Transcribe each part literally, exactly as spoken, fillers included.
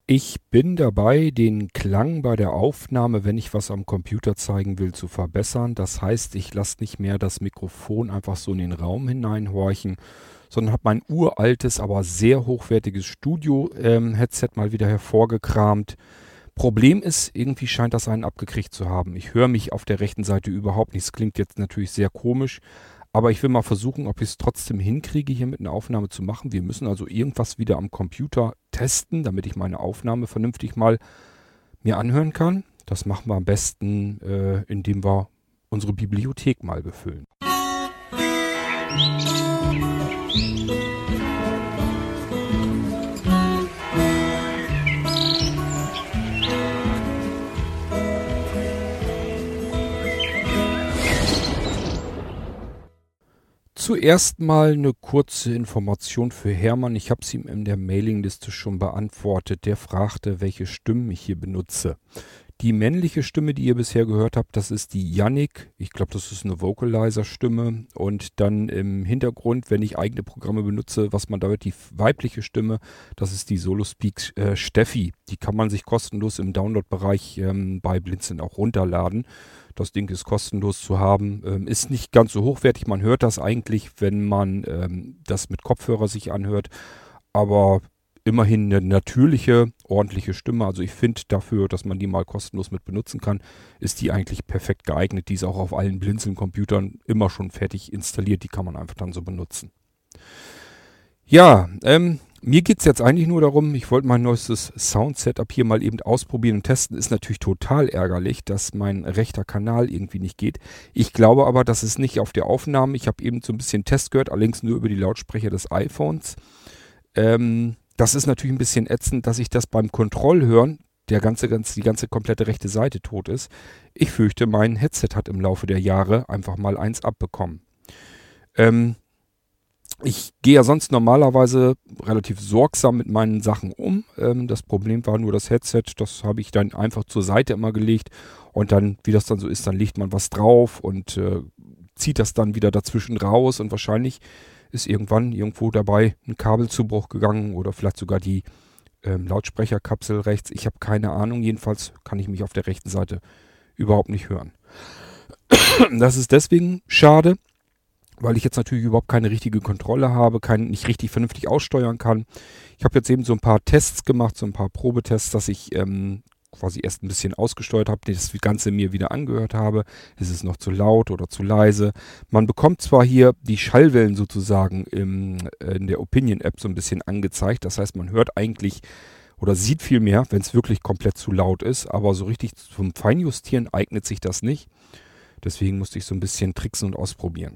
Ich bin dabei, den Klang bei der Aufnahme, wenn ich was am Computer zeigen will, zu verbessern. Das heißt, ich lasse nicht mehr das Mikrofon einfach so in den Raum hineinhorchen, sondern habe mein uraltes, aber sehr hochwertiges Studio-Headset mal wieder hervorgekramt. Problem ist, irgendwie scheint das einen abgekriegt zu haben. Ich höre mich auf der rechten Seite überhaupt nicht. Es klingt jetzt natürlich sehr komisch, aber ich will mal versuchen, ob ich es trotzdem hinkriege, hier mit einer Aufnahme zu machen. Wir müssen also irgendwas wieder am Computer testen, damit ich meine Aufnahme vernünftig mal mir anhören kann. Das machen wir am besten, äh, indem wir unsere Bibliothek mal befüllen. Zuerst mal eine kurze Information für Hermann. Ich habe es ihm in der Mailingliste schon beantwortet. Der fragte, welche Stimmen ich hier benutze. Die männliche Stimme, die ihr bisher gehört habt, das ist die Yannick. Ich glaube, das ist eine Vocalizer-Stimme. Und dann im Hintergrund, wenn ich eigene Programme benutze, was man da hört, die weibliche Stimme, das ist die Solospeak äh, Steffi. Die kann man sich kostenlos im Download-Bereich ähm, bei Blinzeln auch runterladen. Das Ding ist kostenlos zu haben, ähm, ist nicht ganz so hochwertig. Man hört das eigentlich, wenn man ähm, das mit Kopfhörer sich anhört. Aber immerhin eine natürliche, ordentliche Stimme. Also ich finde dafür, dass man die mal kostenlos mit benutzen kann, ist die eigentlich perfekt geeignet. Die ist auch auf allen Blinzeln-Computern immer schon fertig installiert. Die kann man einfach dann so benutzen. Ja, ähm, mir geht es jetzt eigentlich nur darum, ich wollte mein neuestes Sound-Setup hier mal eben ausprobieren und testen. Ist natürlich total ärgerlich, dass mein rechter Kanal irgendwie nicht geht. Ich glaube aber, das ist nicht auf der Aufnahme. Ich habe eben so ein bisschen Test gehört, allerdings nur über die Lautsprecher des iPhones. Ähm, das ist natürlich ein bisschen ätzend, dass ich das beim Kontrollhören, der ganze, ganz, die ganze komplette rechte Seite tot ist. Ich fürchte, mein Headset hat im Laufe der Jahre einfach mal eins abbekommen. Ähm, Ich gehe ja sonst normalerweise relativ sorgsam mit meinen Sachen um. Ähm, das Problem war nur das Headset. Das habe ich dann einfach zur Seite immer gelegt. Und dann, wie das dann so ist, dann legt man was drauf und äh, zieht das dann wieder dazwischen raus. Und wahrscheinlich ist irgendwann irgendwo dabei ein Kabelzubruch gegangen oder vielleicht sogar die ähm, Lautsprecherkapsel rechts. Ich habe keine Ahnung. Jedenfalls kann ich mich auf der rechten Seite überhaupt nicht hören. Das ist deswegen schade, weil ich jetzt natürlich überhaupt keine richtige Kontrolle habe, kein, nicht richtig vernünftig aussteuern kann. Ich habe jetzt eben so ein paar Tests gemacht, so ein paar Probetests, dass ich ähm, quasi erst ein bisschen ausgesteuert habe, das Ganze mir wieder angehört habe. Ist es noch zu laut oder zu leise? Man bekommt zwar hier die Schallwellen sozusagen im, in der Opinion-App so ein bisschen angezeigt. Das heißt, man hört eigentlich oder sieht viel mehr, wenn es wirklich komplett zu laut ist. Aber so richtig zum Feinjustieren eignet sich das nicht. Deswegen musste ich so ein bisschen tricksen und ausprobieren.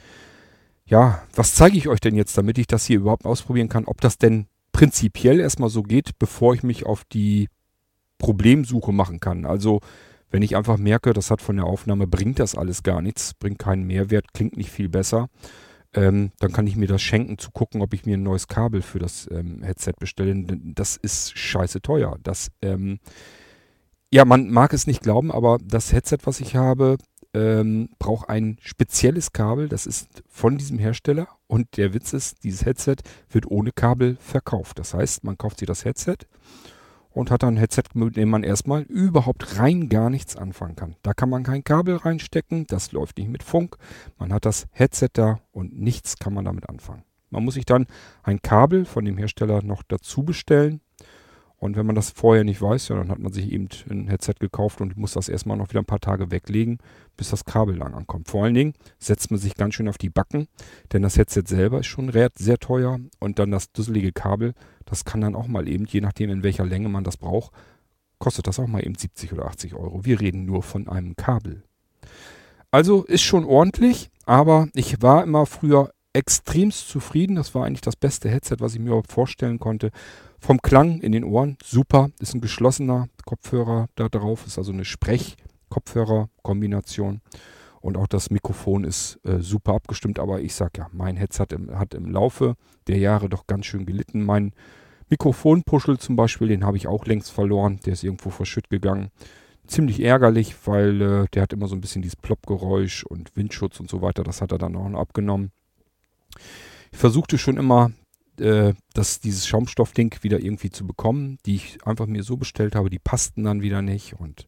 Ja, was zeige ich euch denn jetzt, damit ich das hier überhaupt ausprobieren kann, ob das denn prinzipiell erstmal so geht, bevor ich mich auf die Problemsuche machen kann. Also wenn ich einfach merke, das hat von der Aufnahme, bringt das alles gar nichts, bringt keinen Mehrwert, klingt nicht viel besser, ähm, dann kann ich mir das schenken, zu gucken, ob ich mir ein neues Kabel für das ähm, Headset bestelle. Denn das ist scheiße teuer. Das, ähm, ja, man mag es nicht glauben, aber das Headset, was ich habe, Ähm, braucht ein spezielles Kabel, das ist von diesem Hersteller und der Witz ist, dieses Headset wird ohne Kabel verkauft. Das heißt, man kauft sich das Headset und hat dann ein Headset, mit dem man erstmal überhaupt rein gar nichts anfangen kann. Da kann man kein Kabel reinstecken, das läuft nicht mit Funk. Man hat das Headset da und nichts kann man damit anfangen. Man muss sich dann ein Kabel von dem Hersteller noch dazu bestellen. Und wenn man das vorher nicht weiß, ja, dann hat man sich eben ein Headset gekauft und muss das erstmal noch wieder ein paar Tage weglegen, bis das Kabel lang ankommt. Vor allen Dingen setzt man sich ganz schön auf die Backen, denn das Headset selber ist schon sehr teuer und dann das dusselige Kabel, das kann dann auch mal eben, je nachdem in welcher Länge man das braucht, kostet das auch mal eben siebzig oder achtzig Euro. Wir reden nur von einem Kabel. Also ist schon ordentlich, aber ich war immer früher extremst zufrieden. Das war eigentlich das beste Headset, was ich mir überhaupt vorstellen konnte. Vom Klang in den Ohren, super. Ist ein geschlossener Kopfhörer da drauf. Ist also eine Sprech-Kopfhörer-Kombination. Und auch das Mikrofon ist äh, super abgestimmt. Aber ich sag ja, mein Headset im, hat im Laufe der Jahre doch ganz schön gelitten. Mein Mikrofonpuschel zum Beispiel, den habe ich auch längst verloren. Der ist irgendwo verschütt gegangen. Ziemlich ärgerlich, weil äh, der hat immer so ein bisschen dieses Ploppgeräusch und Windschutz und so weiter. Das hat er dann auch noch abgenommen. Ich versuchte schon immer äh, das, dieses Schaumstoffding wieder irgendwie zu bekommen, die ich einfach mir so bestellt habe, die passten dann wieder nicht und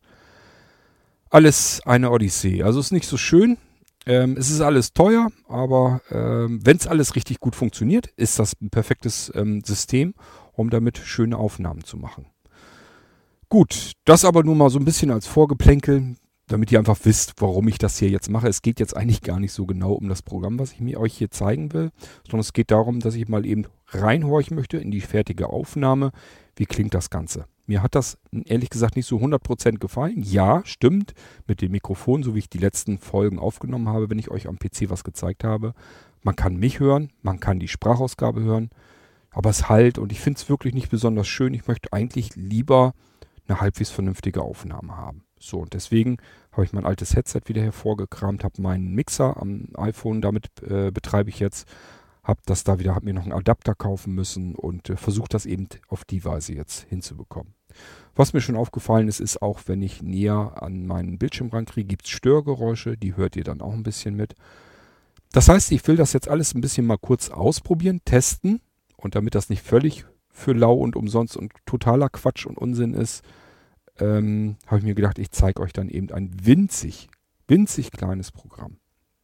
alles eine Odyssee. Also ist nicht so schön. Ähm, es ist alles teuer, aber ähm, wenn es alles richtig gut funktioniert, ist das ein perfektes ähm, System, um damit schöne Aufnahmen zu machen. Gut, das aber nur mal so ein bisschen als Vorgeplänkel, damit ihr einfach wisst, warum ich das hier jetzt mache. Es geht jetzt eigentlich gar nicht so genau um das Programm, was ich mir euch hier zeigen will, sondern es geht darum, dass ich mal eben reinhorchen möchte in die fertige Aufnahme. Wie klingt das Ganze? Mir hat das ehrlich gesagt nicht so hundert Prozent gefallen. Ja, stimmt, mit dem Mikrofon, so wie ich die letzten Folgen aufgenommen habe, wenn ich euch am P C was gezeigt habe. Man kann mich hören, man kann die Sprachausgabe hören, aber es halt und ich finde es wirklich nicht besonders schön. Ich möchte eigentlich lieber eine halbwegs vernünftige Aufnahme haben. So, und deswegen habe ich mein altes Headset wieder hervorgekramt, habe meinen Mixer am iPhone, damit äh, betreibe ich jetzt, habe das da wieder, habe mir noch einen Adapter kaufen müssen und äh, versuche das eben auf die Weise jetzt hinzubekommen. Was mir schon aufgefallen ist, ist auch, wenn ich näher an meinen Bildschirm rankriege, gibt es Störgeräusche, die hört ihr dann auch ein bisschen mit. Das heißt, ich will das jetzt alles ein bisschen mal kurz ausprobieren, testen und damit das nicht völlig für lau und umsonst und totaler Quatsch und Unsinn ist, ähm, habe ich mir gedacht, ich zeige euch dann eben ein winzig, winzig kleines Programm.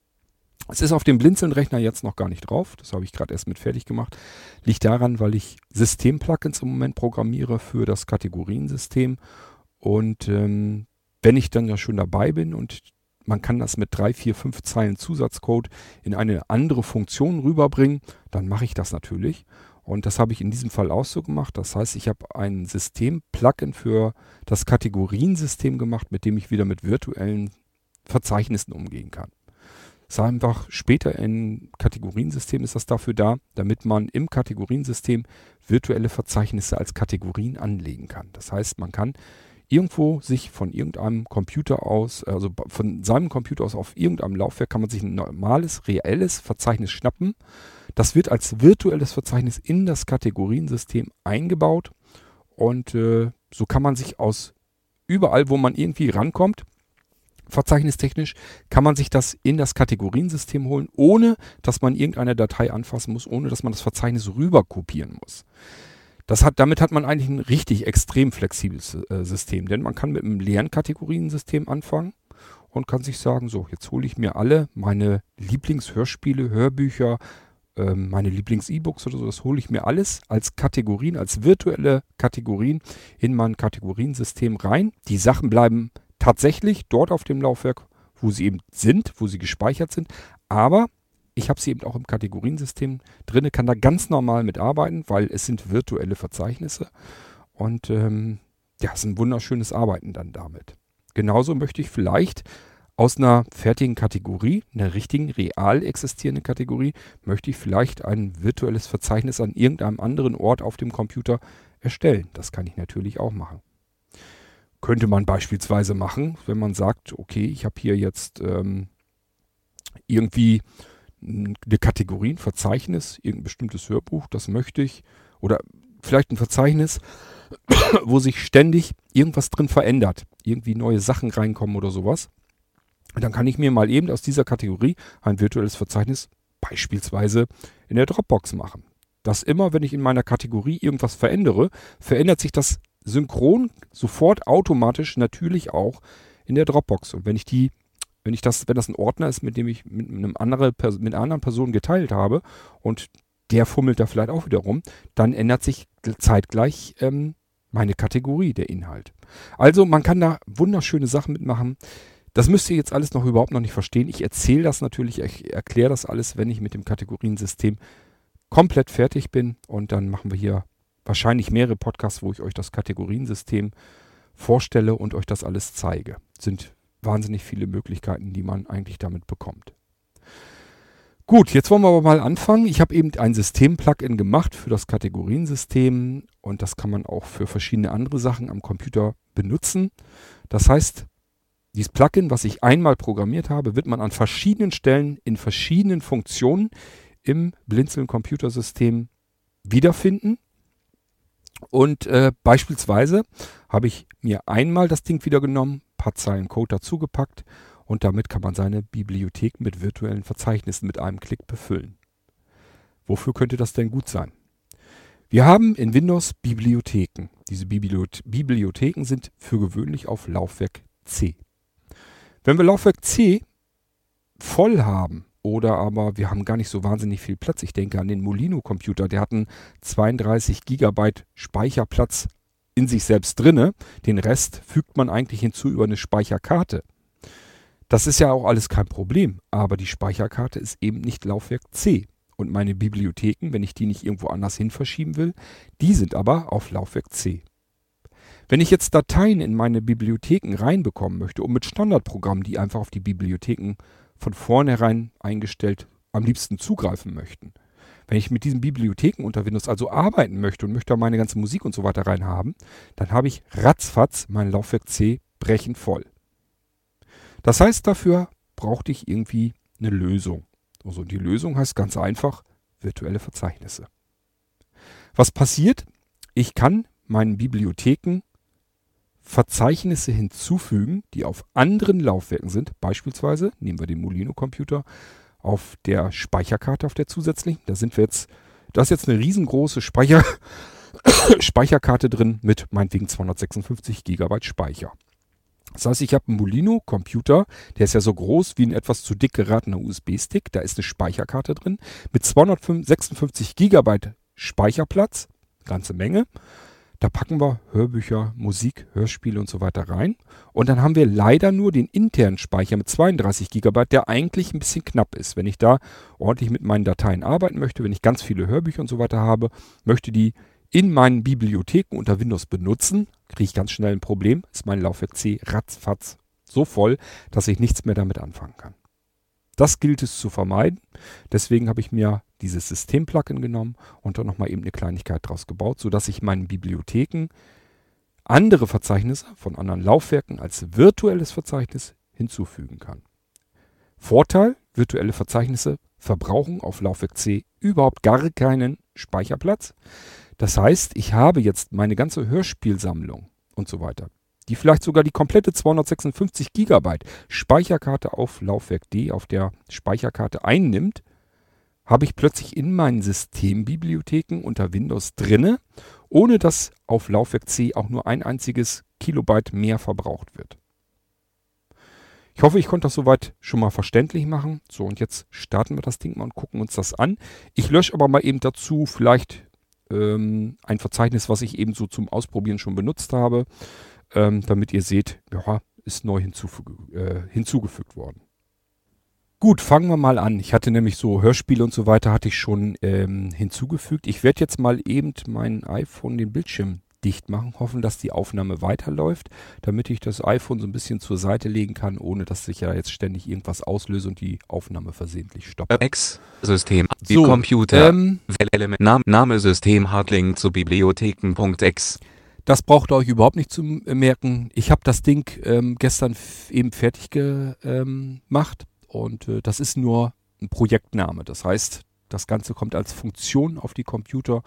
Es ist auf dem Blinzeln-Rechner jetzt noch gar nicht drauf. Das habe ich gerade erst mit fertig gemacht. Liegt daran, weil ich System-Plugins im Moment programmiere für das Kategoriensystem. Und ähm, wenn ich dann ja schon dabei bin und man kann das mit drei, vier, fünf Zeilen Zusatzcode in eine andere Funktion rüberbringen, dann mache ich das natürlich. Und das habe ich in diesem Fall auch so gemacht. Das heißt, ich habe ein System-Plugin für das Kategoriensystem gemacht, mit dem ich wieder mit virtuellen Verzeichnissen umgehen kann. Das ist einfach später im Kategoriensystem ist das dafür da, damit man im Kategoriensystem virtuelle Verzeichnisse als Kategorien anlegen kann. Das heißt, man kann irgendwo sich von irgendeinem Computer aus, also von seinem Computer aus auf irgendeinem Laufwerk kann man sich ein normales, reelles Verzeichnis schnappen. Das wird als virtuelles Verzeichnis in das Kategoriensystem eingebaut und äh, so kann man sich aus überall, wo man irgendwie rankommt, verzeichnistechnisch, kann man sich das in das Kategoriensystem holen, ohne dass man irgendeine Datei anfassen muss, ohne dass man das Verzeichnis rüber kopieren muss. Das hat, damit hat man eigentlich ein richtig extrem flexibles äh, System, denn man kann mit einem leeren Kategoriensystem anfangen und kann sich sagen, so, jetzt hole ich mir alle meine Lieblingshörspiele, Hörbücher, äh, meine Lieblings-E-Books oder so, das hole ich mir alles als Kategorien, als virtuelle Kategorien in mein Kategoriensystem rein. Die Sachen bleiben tatsächlich dort auf dem Laufwerk, wo sie eben sind, wo sie gespeichert sind, aber ich habe sie eben auch im Kategoriensystem drin, kann da ganz normal mitarbeiten, weil es sind virtuelle Verzeichnisse und ähm, ja, es ist ein wunderschönes Arbeiten dann damit. Genauso möchte ich vielleicht aus einer fertigen Kategorie, einer richtigen, real existierenden Kategorie, möchte ich vielleicht ein virtuelles Verzeichnis an irgendeinem anderen Ort auf dem Computer erstellen. Das kann ich natürlich auch machen. Könnte man beispielsweise machen, wenn man sagt, okay, ich habe hier jetzt ähm, irgendwie eine Kategorie, ein Verzeichnis, irgendein bestimmtes Hörbuch, das möchte ich, oder vielleicht ein Verzeichnis, wo sich ständig irgendwas drin verändert, irgendwie neue Sachen reinkommen oder sowas. Und dann kann ich mir mal eben aus dieser Kategorie ein virtuelles Verzeichnis beispielsweise in der Dropbox machen. Dass immer, wenn ich in meiner Kategorie irgendwas verändere, verändert sich das synchron, sofort automatisch natürlich auch in der Dropbox. Und wenn ich die Wenn ich das, wenn das ein Ordner ist, mit dem ich mit, einem andere, mit einer anderen Person geteilt habe und der fummelt da vielleicht auch wieder rum, dann ändert sich zeitgleich ähm, meine Kategorie, der Inhalt. Also man kann da wunderschöne Sachen mitmachen. Das müsst ihr jetzt alles noch überhaupt noch nicht verstehen. Ich erzähle das natürlich, ich erkläre das alles, wenn ich mit dem Kategoriensystem komplett fertig bin. Und dann machen wir hier wahrscheinlich mehrere Podcasts, wo ich euch das Kategoriensystem vorstelle und euch das alles zeige. Sind wahnsinnig viele Möglichkeiten, die man eigentlich damit bekommt. Gut, jetzt wollen wir aber mal anfangen. Ich habe eben ein System-Plugin gemacht für das Kategoriensystem und das kann man auch für verschiedene andere Sachen am Computer benutzen. Das heißt, dieses Plugin, was ich einmal programmiert habe, wird man an verschiedenen Stellen in verschiedenen Funktionen im Blinzeln-Computersystem wiederfinden. Und äh, beispielsweise habe ich mir einmal das Ding wieder genommen, ein paar Zeilen Code dazugepackt und damit kann man seine Bibliothek mit virtuellen Verzeichnissen mit einem Klick befüllen. Wofür könnte das denn gut sein? Wir haben in Windows Bibliotheken. Diese Bibliothe- Bibliotheken sind für gewöhnlich auf Laufwerk C. Wenn wir Laufwerk C voll haben oder aber wir haben gar nicht so wahnsinnig viel Platz, ich denke an den Molino-Computer, der hat einen zweiunddreißig Gigabyte Speicherplatz in sich selbst drinne. Den Rest fügt man eigentlich hinzu über eine Speicherkarte. Das ist ja auch alles kein Problem, aber die Speicherkarte ist eben nicht Laufwerk C. Und meine Bibliotheken, wenn ich die nicht irgendwo anders hin verschieben will, die sind aber auf Laufwerk C. Wenn ich jetzt Dateien in meine Bibliotheken reinbekommen möchte, um mit Standardprogrammen, die einfach auf die Bibliotheken von vornherein eingestellt am liebsten zugreifen möchten. Wenn ich mit diesen Bibliotheken unter Windows also arbeiten möchte und möchte da meine ganze Musik und so weiter reinhaben, dann habe ich ratzfatz mein Laufwerk C brechend voll. Das heißt, dafür brauchte ich irgendwie eine Lösung. Also die Lösung heißt ganz einfach virtuelle Verzeichnisse. Was passiert? Ich kann meinen Bibliotheken Verzeichnisse hinzufügen, die auf anderen Laufwerken sind. Beispielsweise nehmen wir den Molino-Computer auf der Speicherkarte, auf der zusätzlichen. Da sind wir jetzt, da ist jetzt eine riesengroße Speicher Speicherkarte drin mit meinetwegen zweihundertsechsundfünfzig Gigabyte Speicher. Das heißt, ich habe einen Molino-Computer, der ist ja so groß wie ein etwas zu dick geratener U S B-Stick. Da ist eine Speicherkarte drin mit zweihundertsechsundfünfzig Gigabyte Speicherplatz, ganze Menge. Da packen wir Hörbücher, Musik, Hörspiele und so weiter rein. Und dann haben wir leider nur den internen Speicher mit zweiunddreißig Gigabyte, der eigentlich ein bisschen knapp ist. Wenn ich da ordentlich mit meinen Dateien arbeiten möchte, wenn ich ganz viele Hörbücher und so weiter habe, möchte die in meinen Bibliotheken unter Windows benutzen, kriege ich ganz schnell ein Problem, ist mein Laufwerk C ratzfatz so voll, dass ich nichts mehr damit anfangen kann. Das gilt es zu vermeiden. Deswegen habe ich mir dieses System-Plugin genommen und dann nochmal eben eine Kleinigkeit draus gebaut, sodass ich meinen Bibliotheken andere Verzeichnisse von anderen Laufwerken als virtuelles Verzeichnis hinzufügen kann. Vorteil, virtuelle Verzeichnisse verbrauchen auf Laufwerk C überhaupt gar keinen Speicherplatz. Das heißt, ich habe jetzt meine ganze Hörspielsammlung und so weiter, die vielleicht sogar die komplette zweihundertsechsundfünfzig Gigabyte Speicherkarte auf Laufwerk D auf der Speicherkarte einnimmt, habe ich plötzlich in meinen Systembibliotheken unter Windows drinne, ohne dass auf Laufwerk C auch nur ein einziges Kilobyte mehr verbraucht wird. Ich hoffe, ich konnte das soweit schon mal verständlich machen. So, und jetzt starten wir das Ding mal und gucken uns das an. Ich lösche aber mal eben dazu vielleicht ähm, ein Verzeichnis, was ich eben so zum Ausprobieren schon benutzt habe, ähm, damit ihr seht, ja, ist neu hinzufü- äh, hinzugefügt worden. Gut, fangen wir mal an. Ich hatte nämlich so Hörspiele und so weiter hatte ich schon ähm, hinzugefügt. Ich werde jetzt mal eben mein iPhone, den Bildschirm dicht machen, hoffen, dass die Aufnahme weiterläuft, damit ich das iPhone so ein bisschen zur Seite legen kann, ohne dass ich ja jetzt ständig irgendwas auslöse und die Aufnahme versehentlich stoppt. X, System, die So, Computer, ähm, Element, Name, Name System, Hardlink zu Bibliotheken.x. Das braucht ihr euch überhaupt nicht zu merken. Ich habe das Ding ähm, gestern f- eben fertig ge- ähm, gemacht und äh, das ist nur ein Projektname. Das heißt, das Ganze kommt als Funktion auf die Computer.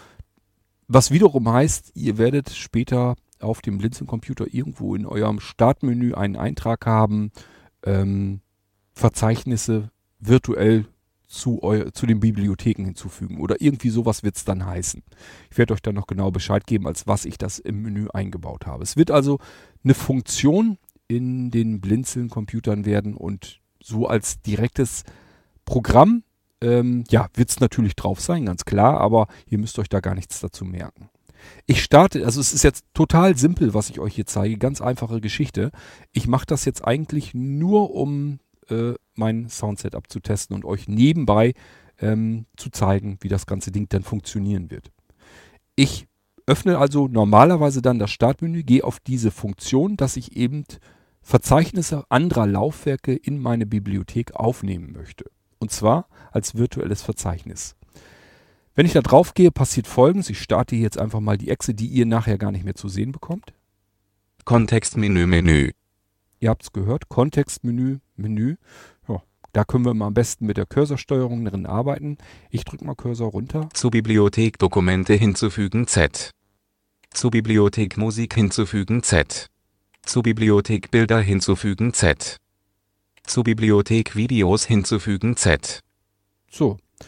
Was wiederum heißt, ihr werdet später auf dem Blinzeln-Computer irgendwo in eurem Startmenü einen Eintrag haben, ähm, Verzeichnisse virtuell zu, eu- zu den Bibliotheken hinzufügen. Oder irgendwie sowas wird es dann heißen. Ich werde euch dann noch genau Bescheid geben, als was ich das im Menü eingebaut habe. Es wird also eine Funktion in den Blinzeln-Computern werden und so als direktes Programm Ähm, ja, wird es natürlich drauf sein, ganz klar, aber ihr müsst euch da gar nichts dazu merken. Ich starte, also es ist jetzt total simpel, was ich euch hier zeige, ganz einfache Geschichte. Ich mache das jetzt eigentlich nur, um äh, mein Soundsetup zu testen und euch nebenbei ähm, zu zeigen, wie das ganze Ding dann funktionieren wird. Ich öffne also normalerweise dann das Startmenü, gehe auf diese Funktion, dass ich eben Verzeichnisse anderer Laufwerke in meine Bibliothek aufnehmen möchte. Und zwar als virtuelles Verzeichnis. Wenn ich da drauf gehe, passiert Folgendes. Ich starte hier jetzt einfach mal die Echse, die ihr nachher gar nicht mehr zu sehen bekommt. Kontextmenü, Menü. Ihr habt es gehört. Kontextmenü, Menü. Ja, da können wir mal am besten mit der Cursorsteuerung drin arbeiten. Ich drücke mal Cursor runter. Zu Bibliothek Dokumente hinzufügen Z. Zu Bibliothek Musik hinzufügen Z. Zu Bibliothek Bilder hinzufügen Z. Zu Bibliothek Videos hinzufügen Z. So.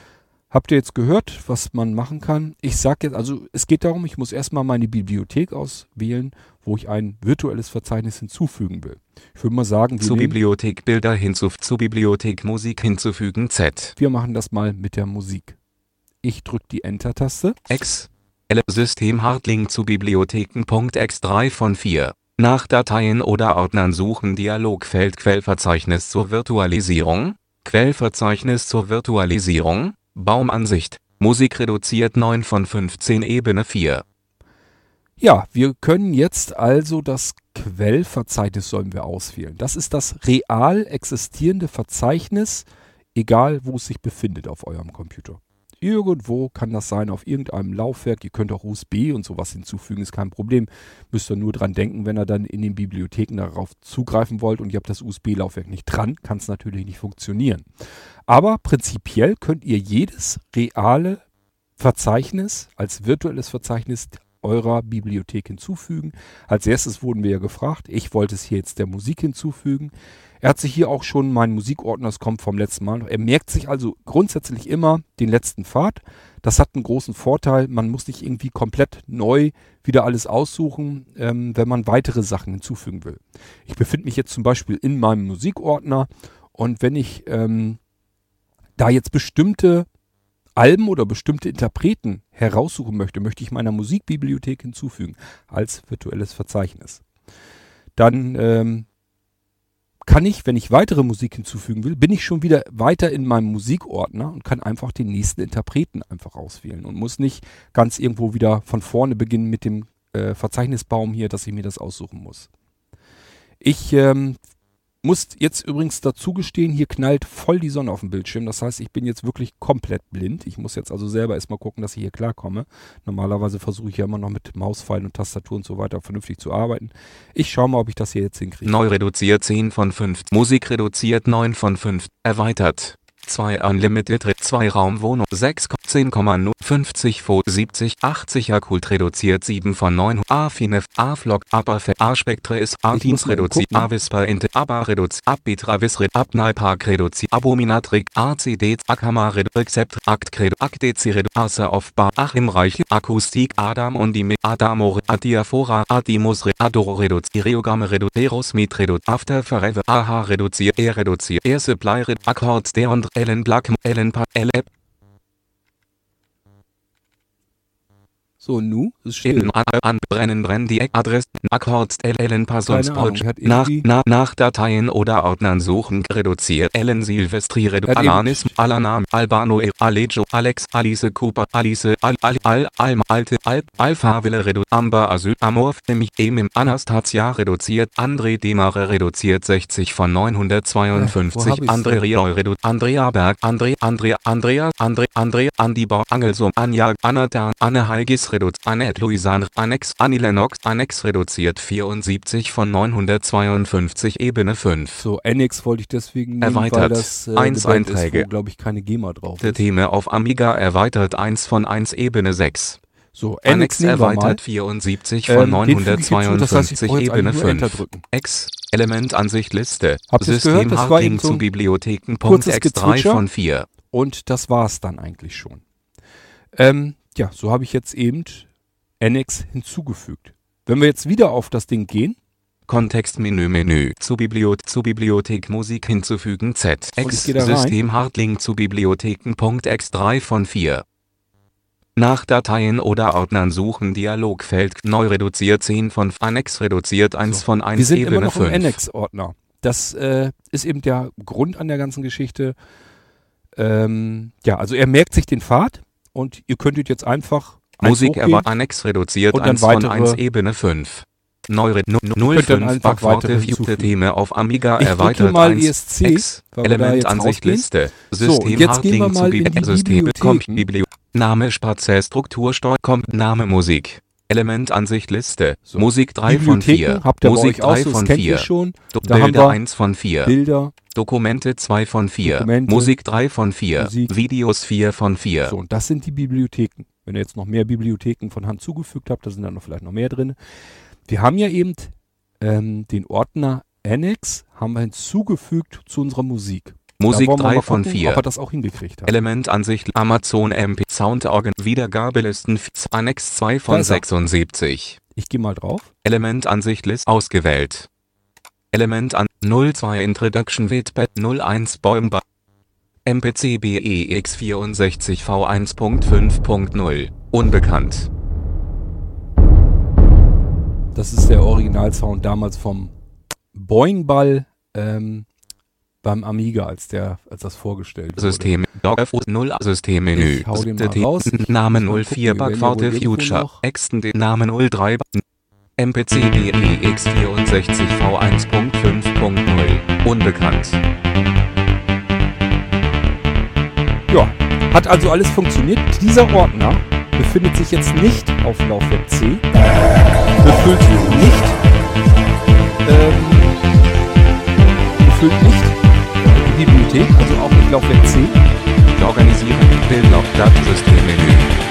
Habt ihr jetzt gehört, was man machen kann? Ich sage jetzt, also es geht darum, ich muss erstmal meine Bibliothek auswählen, wo ich ein virtuelles Verzeichnis hinzufügen will. Ich würde mal sagen, wir, Zu nehmen, Bibliothek Bilder hinzufügen. Zu Bibliothek Musik hinzufügen. Z. wir machen das mal mit der Musik. Ich drücke die Enter-Taste. X. L. System Hardlink zu Bibliotheken. X drei von vier. Nach Dateien oder Ordnern suchen. Dialogfeld Quellverzeichnis zur Virtualisierung. Quellverzeichnis zur Virtualisierung. Baumansicht. Musik reduziert neun von fünfzehn. Ebene vier. Ja, wir können jetzt also das Quellverzeichnis sollen wir auswählen. Das ist das real existierende Verzeichnis, egal wo es sich befindet auf eurem Computer. Irgendwo kann das sein, auf irgendeinem Laufwerk. Ihr könnt auch U S B und sowas hinzufügen, ist kein Problem. Müsst ihr nur dran denken, wenn ihr dann in den Bibliotheken darauf zugreifen wollt und ihr habt das U S B-Laufwerk nicht dran, kann es natürlich nicht funktionieren. Aber prinzipiell könnt ihr jedes reale Verzeichnis als virtuelles Verzeichnis eurer Bibliothek hinzufügen. Als erstes wurden wir ja gefragt, ich wollte es hier jetzt der Musik hinzufügen. Er hat sich hier auch schon meinen Musikordner, das kommt vom letzten Mal noch. Er merkt sich also grundsätzlich immer den letzten Pfad. Das hat einen großen Vorteil, man muss nicht irgendwie komplett neu wieder alles aussuchen, ähm, wenn man weitere Sachen hinzufügen will. Ich befinde mich jetzt zum Beispiel in meinem Musikordner und wenn ich ähm, da jetzt bestimmte Alben oder bestimmte Interpreten heraussuchen möchte, möchte ich meiner Musikbibliothek hinzufügen als virtuelles Verzeichnis. Dann ähm, kann ich, wenn ich weitere Musik hinzufügen will, bin ich schon wieder weiter in meinem Musikordner und kann einfach den nächsten Interpreten einfach auswählen und muss nicht ganz irgendwo wieder von vorne beginnen mit dem äh, Verzeichnisbaum hier, dass ich mir das aussuchen muss. Ich ähm, muss jetzt übrigens dazu gestehen, hier knallt voll die Sonne auf dem Bildschirm. Das heißt, ich bin jetzt wirklich komplett blind. Ich muss jetzt also selber erstmal gucken, dass ich hier klarkomme. Normalerweise versuche ich ja immer noch mit Mauspfeilen und Tastatur und so weiter vernünftig zu arbeiten. Ich schaue mal, ob ich das hier jetzt hinkriege. Neu reduziert zehn von fünf. Musik reduziert neun von fünf. Erweitert. zwei Unlimited, zwei Raumwohnung, sechs, zehn Komma null, fünfzig Fo, siebzig, achtzig Akult reduziert sieben von neun, A-Finef, A-Flock, Abafe, A-Spektre ist A-Teams reduziert, A-Vispa Inte, Aba reduziert, Ab-Bitra Visred, Ab-Nalpark reduziert, Abominatrik, A-C-D, Akama reduziert, Akt-Credo, Akt-Dezi reduziert, Asa auf Bar, Achim Reich, Akustik, Adam und die Adamo, Adiaphora, Adimus, Adoro reduziert, Reogramme reduziert, Erosmith reduziert, After Forever, Aha reduziert, Er reduziert, Air Supply reduziert, Accords, der und Ellen Black, Ellen Pa, L App. So, nu, ist still. An brennen brennen die Adressen, Accords, Ellen Parsons, Keine Ahnung, hat nach, irgendwie- nach, nach Dateien oder Ordnern suchen, reduziert, Ellen Silvestri, redu, Hat Alanis, eben- Alanam, Albano, Alejo, Alex, Alice Cooper, Alice, Al, Al, Al, Alm, Alte, Alp, Alpha Wille, redu, Amber, Asyl, Amorph, nämlich Emim, Anastasia, reduziert, André Demare, reduziert sechzig von neunhundertzweiundfünfzig, Äh, wo hab ich's André Rio, redu, Andrea Berg, André, Andrea, Andrea, André, André, Andi Bau, Angelsum, Anja, Anata, Anne Heigis, redu, Annette Louisanne, Annex, Annie Lennox, Annex reduziert vierundsiebzig von neunhundertzweiundfünfzig, Ebene fünf. So, Annex wollte ich deswegen nehmen, Erweitert. weil das äh, Eins eine Band Einträge. ist, wo, glaube ich, keine GEMA drauf Der ist. Theme auf Amiga erweitert eins von eins, Ebene sechs. So, Annex Annex nehmen wir mal. erweitert vierundsiebzig Ähm, von den füge ich hinzu, das heißt, ich neunhundertzweiundfünfzig, brauche jetzt Ebene eigentlich nur Enter fünf. drücken. X, Elementansicht Liste, Habt ihr's gehört? System Das war Hardlink eben so zu ein Bibliotheken, kurzes X drei Gezwitscher. von vier. Und das war's dann eigentlich schon. Ähm, ja, so habe ich jetzt eben Annex hinzugefügt. Wenn wir jetzt wieder auf das Ding gehen, Kontextmenü Menü zu Bibliothek zu Bibliothek Musik hinzufügen Z Und ich X geh da rein. System Hardlink zu Bibliotheken X drei von vier. Nach Dateien oder Ordnern suchen Dialogfeld neu reduziert zehn von Annex reduziert eins So, von eins wir sind Ebene immer noch fünf. im Annex-Ordner. Das äh, ist eben der Grund an der ganzen Geschichte. Ähm, ja, also er merkt sich den Pfad und ihr könntet jetzt einfach eins Musik hochgehen. erweitert Annex reduziert und dann eins von weitere- eins Ebene fünf. Neu könnt dann null fünf einfach Backworte weitere vierte hinzufügen. Theme auf Amiga Ich drücke erweitert mal eins E S C, X weil wir da jetzt Elementansicht rausgehen. Liste So, und System jetzt gehen wir Hardlink zu mal in die Bibli- System Bibliotheken. Bibli Name Spazier Struktur Steu kommt Name Musik Elementansicht Liste So. Musik drei von Bibliotheken vier habt ihr bei Musik euch auch drei so, das von kennt ihr vier schon. Do- Da haben Bilder wir eins von vier Bilder. Dokumente zwei von vier Dokumente, Musik drei von vier Musik. Videos vier von vier. So, und das sind die Bibliotheken. Wenn ihr jetzt noch mehr Bibliotheken von Hand zugefügt habt, da sind dann noch vielleicht noch mehr drin. Wir haben ja eben ähm, den Ordner Annex haben wir hinzugefügt zu unserer Musik. Musik wollen wir drei mal von gucken, vier. ob er das auch hingekriegt hat. Elementansicht Amazon M P Soundorgan Wiedergabelisten Annex zwei Da von ist er. sechsundsiebzig. Ich gehe mal drauf. Elementansicht List ausgewählt. Element an null zwei Introduction Witbed null eins Bäumba M P C B E X vierundsechzig V eins Punkt fünf Punkt null unbekannt. Das ist der Originalsound damals vom Boing-Ball ähm, beim Amiga, als der, als das vorgestellt wurde. System F null Systemmenü. Ich hau den mal System- raus. Ich Name muss mal null vier gucken, wir werden Backpforte ja wohl irgendwo Future. noch- Extend Name null drei M P C B E X vierundsechzig V eins Punkt fünf Punkt null unbekannt. Ja, hat also alles funktioniert. Dieser Ordner befindet sich jetzt nicht auf Laufwerk C, befüllt nicht, ähm, befüllt nicht die Bibliothek, also auch nicht Laufwerk C. Organisieren Bildlock Datensystemmenü.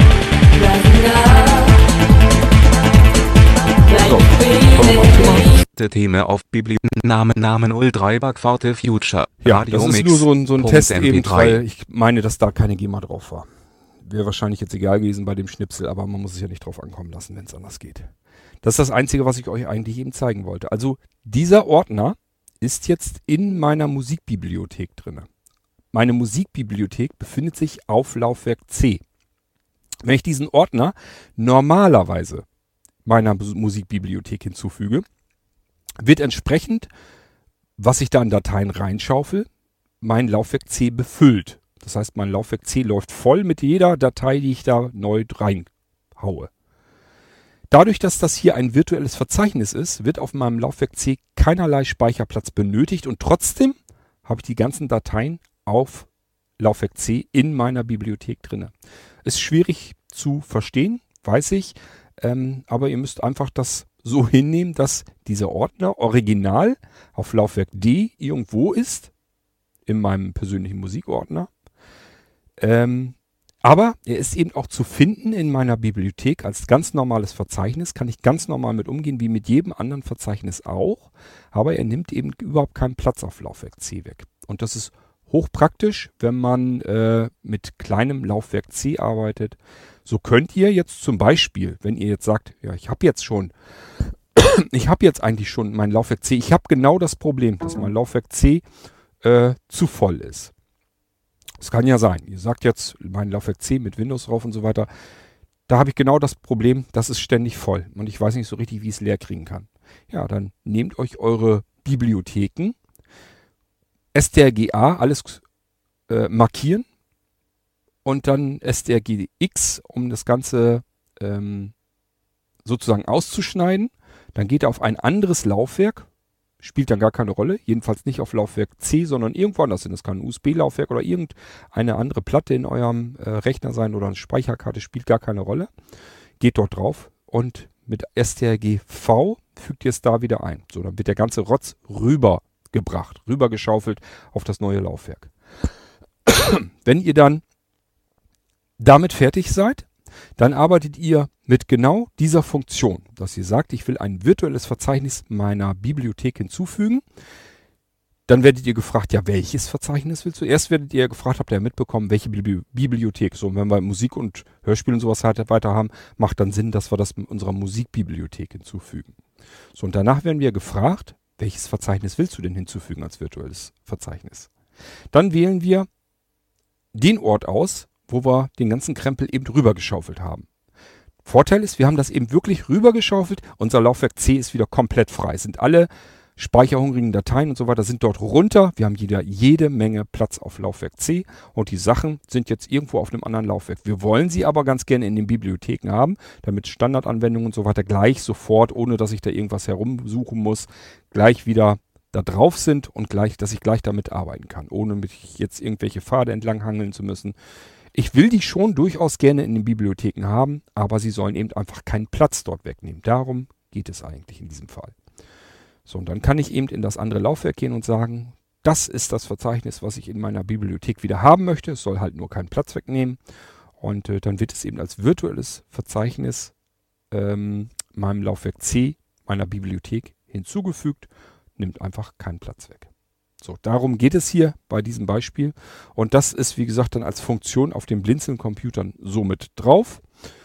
So, kommen wir mal zu machen. Theme auf Bibli Name Name null drei Backpforte Future. Ja, Radio das ist Mix. nur so ein, so ein Punkt Test M P eben, drei. weil ich meine, dass da keine GEMA drauf war. Wäre wahrscheinlich jetzt egal gewesen bei dem Schnipsel, aber man muss es ja nicht drauf ankommen lassen, wenn es anders geht. Das ist das Einzige, was ich euch eigentlich eben zeigen wollte. Also dieser Ordner ist jetzt in meiner Musikbibliothek drin. Meine Musikbibliothek befindet sich auf Laufwerk C. Wenn ich diesen Ordner normalerweise meiner Musikbibliothek hinzufüge, wird entsprechend, was ich da an Dateien reinschaufel, mein Laufwerk C befüllt. Das heißt, mein Laufwerk C läuft voll mit jeder Datei, die ich da neu reinhaue. Dadurch, dass das hier ein virtuelles Verzeichnis ist, wird auf meinem Laufwerk C keinerlei Speicherplatz benötigt und trotzdem habe ich die ganzen Dateien auf Laufwerk C in meiner Bibliothek drin. Ist schwierig zu verstehen, weiß ich, ähm, aber ihr müsst einfach das so hinnehmen, dass dieser Ordner original auf Laufwerk D irgendwo ist, in meinem persönlichen Musikordner. Ähm, aber er ist eben auch zu finden in meiner Bibliothek als ganz normales Verzeichnis, kann ich ganz normal mit umgehen, wie mit jedem anderen Verzeichnis auch, aber er nimmt eben überhaupt keinen Platz auf Laufwerk C weg. Und das ist hochpraktisch, wenn man äh, mit kleinem Laufwerk C arbeitet. So könnt ihr jetzt zum Beispiel, wenn ihr jetzt sagt, ja, ich habe jetzt schon, ich habe jetzt eigentlich schon mein Laufwerk C, ich habe genau das Problem, dass mein Laufwerk C äh, zu voll ist. Das kann ja sein. Ihr sagt jetzt, mein Laufwerk C mit Windows drauf und so weiter, da habe ich genau das Problem, das ist ständig voll und ich weiß nicht so richtig, wie ich es leer kriegen kann. Ja, dann nehmt euch eure Bibliotheken, strga, alles äh, markieren und dann strgx, um das Ganze ähm, sozusagen auszuschneiden. Dann geht er auf ein anderes Laufwerk, spielt dann gar keine Rolle, jedenfalls nicht auf Laufwerk C, sondern irgendwo anders hin. Das kann ein U S B-Laufwerk oder irgendeine andere Platte in eurem äh, Rechner sein oder eine Speicherkarte, spielt gar keine Rolle. Geht dort drauf und mit strgv fügt ihr es da wieder ein. So, dann wird der ganze Rotz rübergebracht, rübergeschaufelt auf das neue Laufwerk. Wenn ihr dann damit fertig seid, dann arbeitet ihr mit genau dieser Funktion, dass ihr sagt, ich will ein virtuelles Verzeichnis meiner Bibliothek hinzufügen. Dann werdet ihr gefragt, ja, welches Verzeichnis willst du? Erst werdet ihr gefragt, habt ihr ja mitbekommen, welche Bibli- Bibliothek. So, und wenn wir Musik und Hörspiel und sowas halt weiter haben, macht dann Sinn, dass wir das mit unserer Musikbibliothek hinzufügen. So, und danach werden wir gefragt, welches Verzeichnis willst du denn hinzufügen als virtuelles Verzeichnis? Dann wählen wir den Ort aus, wo wir den ganzen Krempel eben rübergeschaufelt haben. Vorteil ist, wir haben das eben wirklich rübergeschaufelt. Unser Laufwerk C ist wieder komplett frei. Es sind alle speicherhungrigen Dateien und so weiter sind dort runter. Wir haben jeder, jede Menge Platz auf Laufwerk C und die Sachen sind jetzt irgendwo auf einem anderen Laufwerk. Wir wollen sie aber ganz gerne in den Bibliotheken haben, damit Standardanwendungen und so weiter gleich sofort, ohne dass ich da irgendwas herumsuchen muss, gleich wieder da drauf sind und gleich, dass ich gleich damit arbeiten kann, ohne mich jetzt irgendwelche Pfade entlang hangeln zu müssen. Ich will die schon durchaus gerne in den Bibliotheken haben, aber sie sollen eben einfach keinen Platz dort wegnehmen. Darum geht es eigentlich in diesem Fall. So, und dann kann ich eben in das andere Laufwerk gehen und sagen, das ist das Verzeichnis, was ich in meiner Bibliothek wieder haben möchte. Es soll halt nur keinen Platz wegnehmen. Und äh, dann wird es eben als virtuelles Verzeichnis ähm, meinem Laufwerk C, meiner Bibliothek hinzugefügt, nimmt einfach keinen Platz weg. So, darum geht es hier bei diesem Beispiel. Und das ist, wie gesagt, dann als Funktion auf den Blinzeln-Computern so mit drauf.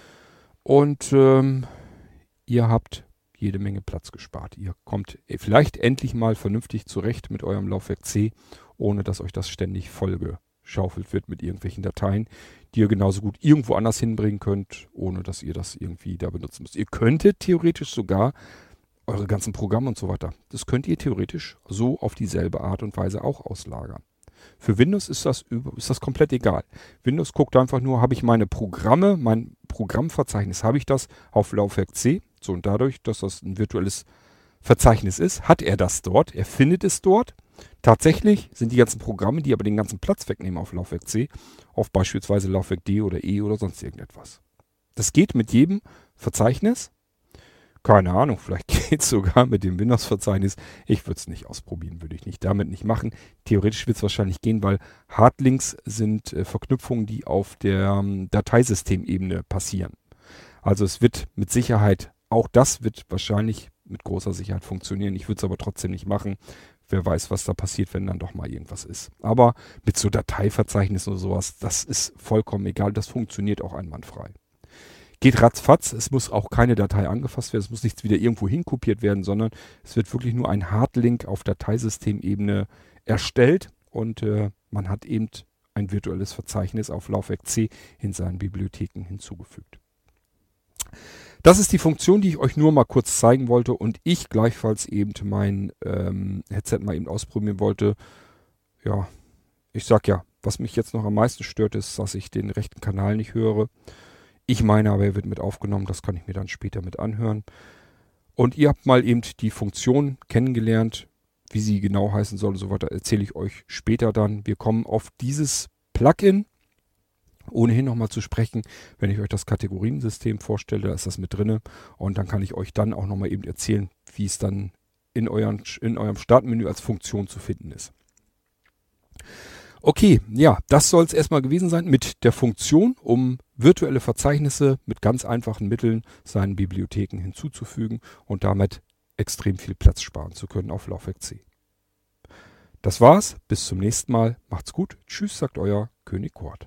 Und ähm, ihr habt jede Menge Platz gespart. Ihr kommt vielleicht endlich mal vernünftig zurecht mit eurem Laufwerk C, ohne dass euch das ständig vollgeschaufelt wird mit irgendwelchen Dateien, die ihr genauso gut irgendwo anders hinbringen könnt, ohne dass ihr das irgendwie da benutzen müsst. Ihr könntet theoretisch sogar eure ganzen Programme und so weiter, das könnt ihr theoretisch so auf dieselbe Art und Weise auch auslagern. Für Windows ist das, ist das komplett egal. Windows guckt einfach nur, habe ich meine Programme, mein Programmverzeichnis, habe ich das auf Laufwerk C. So, und dadurch, dass das ein virtuelles Verzeichnis ist, hat er das dort. Er findet es dort. Tatsächlich sind die ganzen Programme, die aber den ganzen Platz wegnehmen auf Laufwerk C, auf beispielsweise Laufwerk D oder E oder sonst irgendetwas. Das geht mit jedem Verzeichnis. Keine Ahnung, vielleicht geht es sogar mit dem Windows-Verzeichnis. Ich würde es nicht ausprobieren, würde ich nicht damit nicht machen. Theoretisch wird es wahrscheinlich gehen, weil Hardlinks sind äh, Verknüpfungen, die auf der ähm, Dateisystemebene passieren. Also es wird mit Sicherheit, auch das wird wahrscheinlich mit großer Sicherheit funktionieren. Ich würde es aber trotzdem nicht machen. Wer weiß, was da passiert, wenn dann doch mal irgendwas ist. Aber mit so Dateiverzeichnissen oder sowas, das ist vollkommen egal. Das funktioniert auch einwandfrei. Geht ratzfatz, es muss auch keine Datei angefasst werden, es muss nichts wieder irgendwo hinkopiert werden, sondern es wird wirklich nur ein Hardlink auf Dateisystemebene erstellt und äh, man hat eben ein virtuelles Verzeichnis auf Laufwerk C in seinen Bibliotheken hinzugefügt. Das ist die Funktion, die ich euch nur mal kurz zeigen wollte und ich gleichfalls eben mein ähm, Headset mal eben ausprobieren wollte. Ja, ich sag ja, was mich jetzt noch am meisten stört, ist, dass ich den rechten Kanal nicht höre. Ich meine aber, er wird mit aufgenommen, das kann ich mir dann später mit anhören. Und ihr habt mal eben die Funktion kennengelernt, wie sie genau heißen soll und so weiter, erzähle ich euch später dann. Wir kommen auf dieses Plugin ohnehin nochmal zu sprechen, wenn ich euch das Kategoriensystem vorstelle, da ist das mit drinne und dann kann ich euch dann auch nochmal eben erzählen, wie es dann in, euren, in eurem Startmenü als Funktion zu finden ist. Okay, ja, das soll es erstmal gewesen sein mit der Funktion, um virtuelle Verzeichnisse mit ganz einfachen Mitteln seinen Bibliotheken hinzuzufügen und damit extrem viel Platz sparen zu können auf Laufwerk C. Das war's, bis zum nächsten Mal, macht's gut, tschüss, sagt euer König Kurt.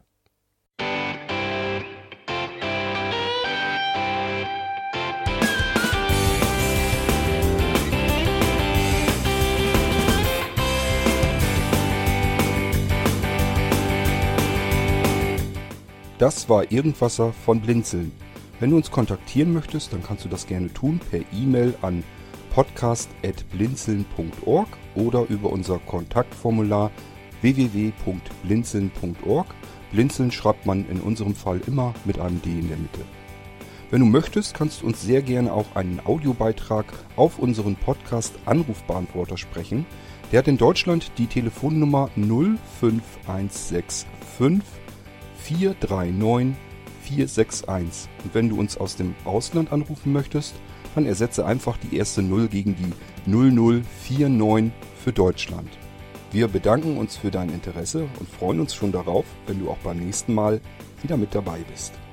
Das war Irgendwasser von Blinzeln. Wenn du uns kontaktieren möchtest, dann kannst du das gerne tun per E-Mail an podcast at blinzeln punkt org oder über unser Kontaktformular w w w punkt blinzeln punkt org. Blinzeln schreibt man in unserem Fall immer mit einem D in der Mitte. Wenn du möchtest, kannst du uns sehr gerne auch einen Audiobeitrag auf unseren Podcast-Anrufbeantworter sprechen. Der hat in Deutschland die Telefonnummer null fünf eins sechs fünf vier drei neun vier sechs eins. Und wenn du uns aus dem Ausland anrufen möchtest, dann ersetze einfach die erste null gegen die null null vier neun für Deutschland. Wir bedanken uns für dein Interesse und freuen uns schon darauf, wenn du auch beim nächsten Mal wieder mit dabei bist.